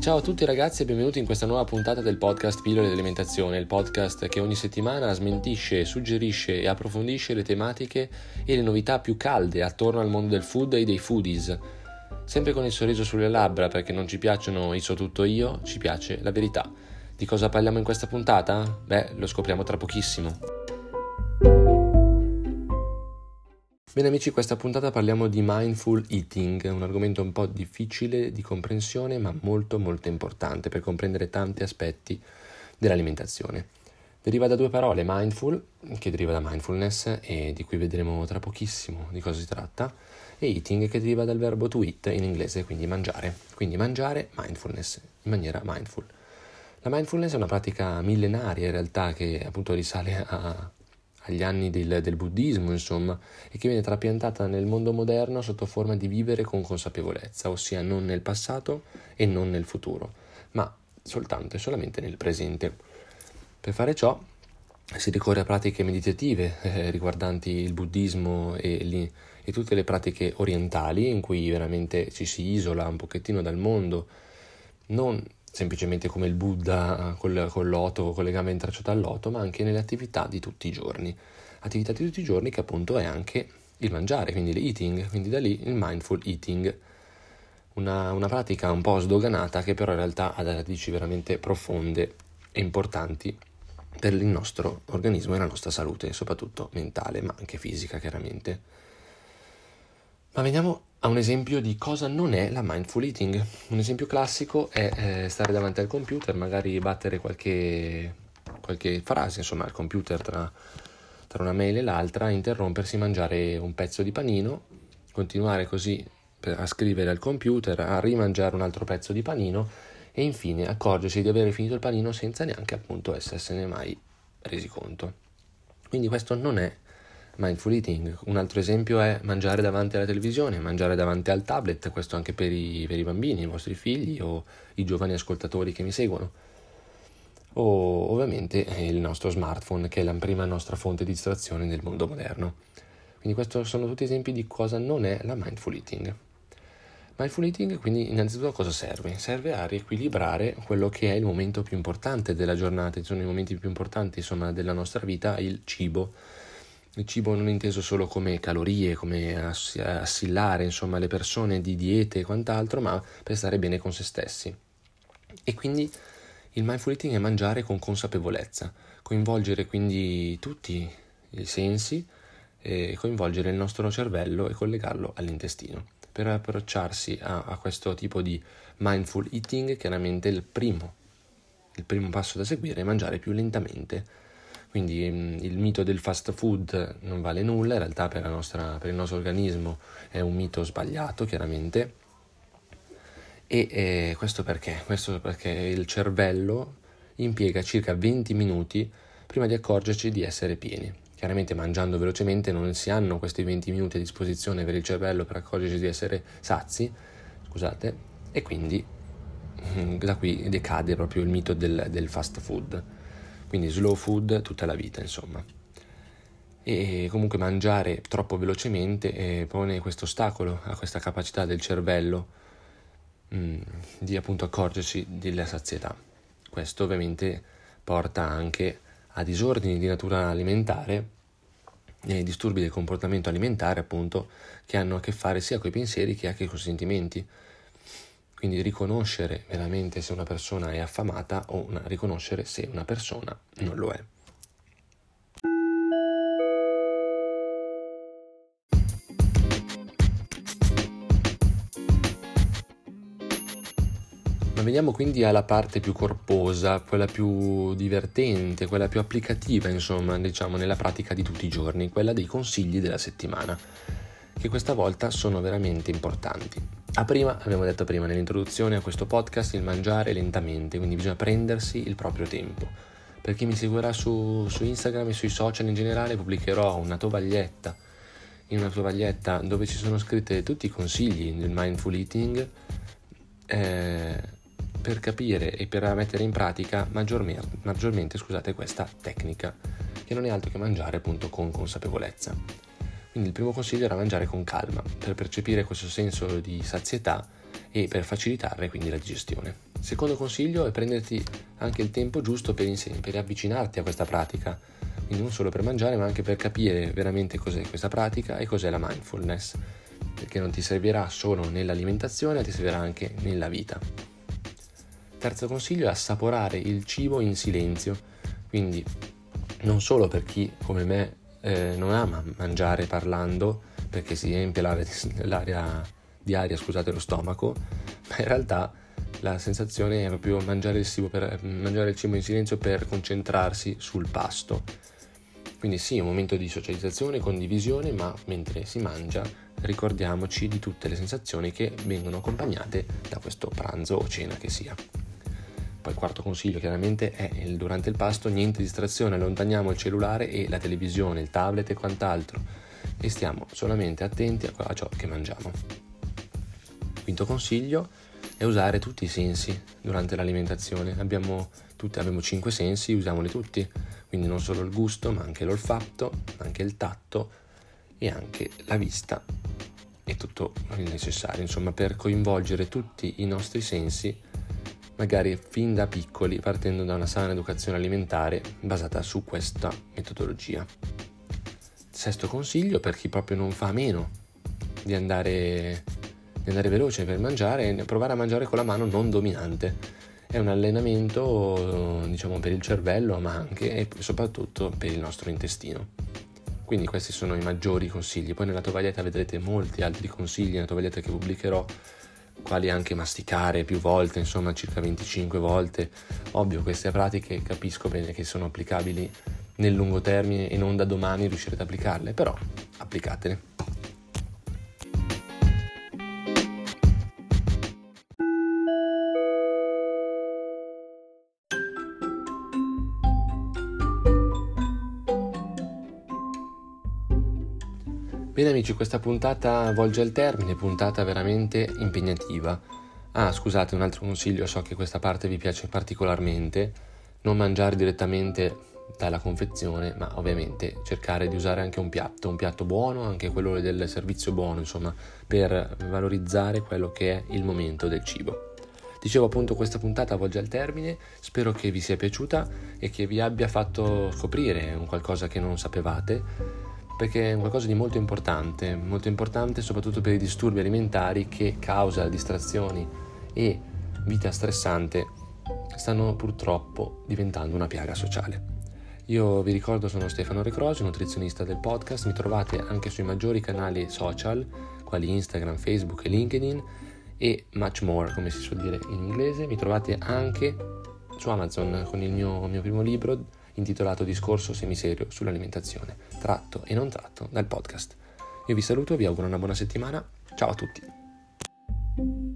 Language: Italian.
Ciao a tutti ragazzi e benvenuti in questa nuova puntata del podcast Pillole di Alimentazione, il podcast che ogni settimana smentisce, suggerisce e approfondisce le tematiche e le novità più calde attorno al mondo del food e dei foodies. Sempre con il sorriso sulle labbra perché non ci piacciono i so tutto io, ci piace la verità. Di cosa parliamo in questa puntata? Lo scopriamo tra pochissimo. Bene amici, questa puntata parliamo di mindful eating, un argomento un po' difficile di comprensione ma molto importante per comprendere tanti aspetti dell'alimentazione. Deriva da due parole, mindful, che deriva da mindfulness e di cui vedremo tra pochissimo di cosa si tratta, e eating che deriva dal verbo to eat in inglese, quindi mangiare. Quindi mangiare, mindfulness, in maniera mindful. La mindfulness è una pratica millenaria in realtà che appunto risale agli anni del buddismo, insomma, e che viene trapiantata nel mondo moderno sotto forma di vivere con consapevolezza, ossia non nel passato e non nel futuro, ma soltanto e solamente nel presente. Per fare ciò si ricorre a pratiche meditative riguardanti il buddismo e tutte le pratiche orientali, in cui veramente ci si isola un pochettino dal mondo, non semplicemente come il Buddha con l'oto, con le gambe intralciate all'oto, ma anche nelle attività di tutti i giorni. Attività di tutti i giorni che appunto è anche il mangiare, quindi l'eating, quindi da lì il mindful eating. Una pratica un po' sdoganata che però in realtà ha radici veramente profonde e importanti per il nostro organismo e la nostra salute, soprattutto mentale, ma anche fisica chiaramente. Ma veniamo a un esempio di cosa non è la mindful eating. Un esempio classico è stare davanti al computer, magari battere qualche frase, insomma, al computer tra una mail e l'altra, interrompersi, mangiare un pezzo di panino, continuare così a scrivere al computer, a rimangiare un altro pezzo di panino e infine accorgersi di aver finito il panino senza neanche appunto essersene mai resi conto. Quindi questo non è mindful eating. Un altro esempio è mangiare davanti alla televisione, mangiare davanti al tablet, questo anche per i bambini, i vostri figli o i giovani ascoltatori che mi seguono, o ovviamente il nostro smartphone che è la prima nostra fonte di distrazione nel mondo moderno. Quindi questi sono tutti esempi di cosa non è la mindful eating. Mindful eating quindi innanzitutto a cosa serve? Serve a riequilibrare quello che è il momento più importante della giornata, sono i momenti più importanti insomma della nostra vita, il cibo. Il cibo non inteso solo come calorie, come assillare insomma le persone di diete e quant'altro, ma per stare bene con se stessi. E quindi il mindful eating è mangiare con consapevolezza, coinvolgere quindi tutti i sensi, e coinvolgere il nostro cervello e collegarlo all'intestino. Per approcciarsi a questo tipo di mindful eating, chiaramente il primo passo da seguire è mangiare più lentamente. Quindi il mito del fast food non vale nulla, in realtà per il nostro organismo è un mito sbagliato chiaramente. E questo perché? Questo perché il cervello impiega circa 20 minuti prima di accorgerci di essere pieni. Chiaramente mangiando velocemente non si hanno questi 20 minuti a disposizione per il cervello per accorgersi di essere sazi, e quindi da qui decade proprio il mito del fast food. Quindi slow food tutta la vita, insomma. E comunque mangiare troppo velocemente pone questo ostacolo a questa capacità del cervello di appunto accorgersi della sazietà. Questo ovviamente porta anche a disordini di natura alimentare e disturbi del comportamento alimentare, appunto, che hanno a che fare sia con i pensieri che anche con i sentimenti. Quindi riconoscere veramente se una persona è affamata o riconoscere se una persona non lo è. Ma veniamo quindi alla parte più corposa, quella più divertente, quella più applicativa, insomma, diciamo, nella pratica di tutti i giorni, quella dei consigli della settimana, che questa volta sono veramente importanti. Abbiamo detto prima nell'introduzione a questo podcast, il mangiare lentamente, quindi bisogna prendersi il proprio tempo. Per chi mi seguirà su Instagram e sui social in generale, pubblicherò in una tovaglietta dove ci sono scritte tutti i consigli del mindful eating per capire e per mettere in pratica maggiormente questa tecnica, che non è altro che mangiare appunto con consapevolezza. Quindi il primo consiglio era mangiare con calma, per percepire questo senso di sazietà e per facilitare quindi la digestione. Secondo consiglio è prenderti anche il tempo giusto per avvicinarti a questa pratica, quindi non solo per mangiare ma anche per capire veramente cos'è questa pratica e cos'è la mindfulness, perché non ti servirà solo nell'alimentazione, ti servirà anche nella vita. Terzo consiglio è assaporare il cibo in silenzio, quindi non solo per chi come me non ama mangiare parlando perché si riempie l'aria di aria, lo stomaco, ma in realtà la sensazione è proprio mangiare il cibo in silenzio per concentrarsi sul pasto. Quindi sì, è un momento di socializzazione, condivisione, ma mentre si mangia ricordiamoci di tutte le sensazioni che vengono accompagnate da questo pranzo o cena che sia. Poi il quarto consiglio chiaramente è durante il pasto niente distrazione, allontaniamo il cellulare e la televisione, il tablet e quant'altro e stiamo solamente attenti a ciò che mangiamo. Quinto consiglio è usare tutti i sensi durante l'alimentazione. Abbiamo 5 sensi, usiamoli tutti, quindi non solo il gusto ma anche l'olfatto, anche il tatto e anche la vista e tutto il necessario, insomma, per coinvolgere tutti i nostri sensi magari fin da piccoli, partendo da una sana educazione alimentare basata su questa metodologia. Sesto consiglio, per chi proprio non fa a meno di andare veloce per mangiare, provare a mangiare con la mano non dominante. È un allenamento, per il cervello, ma anche e soprattutto per il nostro intestino. Quindi questi sono i maggiori consigli. Poi nella tovaglietta vedrete molti altri consigli, nella tovaglietta che pubblicherò, quali anche masticare più volte, insomma circa 25 volte. Ovvio, queste pratiche capisco bene che sono applicabili nel lungo termine e non da domani riuscirete ad applicarle, però applicatele. Bene amici, questa puntata volge al termine, puntata veramente impegnativa. Scusate, un altro consiglio, so che questa parte vi piace particolarmente, non mangiare direttamente dalla confezione, ma ovviamente cercare di usare anche un piatto buono, anche quello del servizio buono, insomma, per valorizzare quello che è il momento del cibo. Dicevo appunto, questa puntata volge al termine, spero che vi sia piaciuta e che vi abbia fatto scoprire un qualcosa che non sapevate, perché è qualcosa di molto importante soprattutto per i disturbi alimentari che causa distrazioni e vita stressante stanno purtroppo diventando una piaga sociale. Io vi ricordo, sono Stefano Recrosi, nutrizionista del podcast, mi trovate anche sui maggiori canali social quali Instagram, Facebook e LinkedIn e much more, come si suol dire in inglese. Mi trovate anche su Amazon con il mio primo libro intitolato Discorso semiserio sull'alimentazione, tratto e non tratto dal podcast. Io vi saluto, vi auguro una buona settimana, ciao a tutti.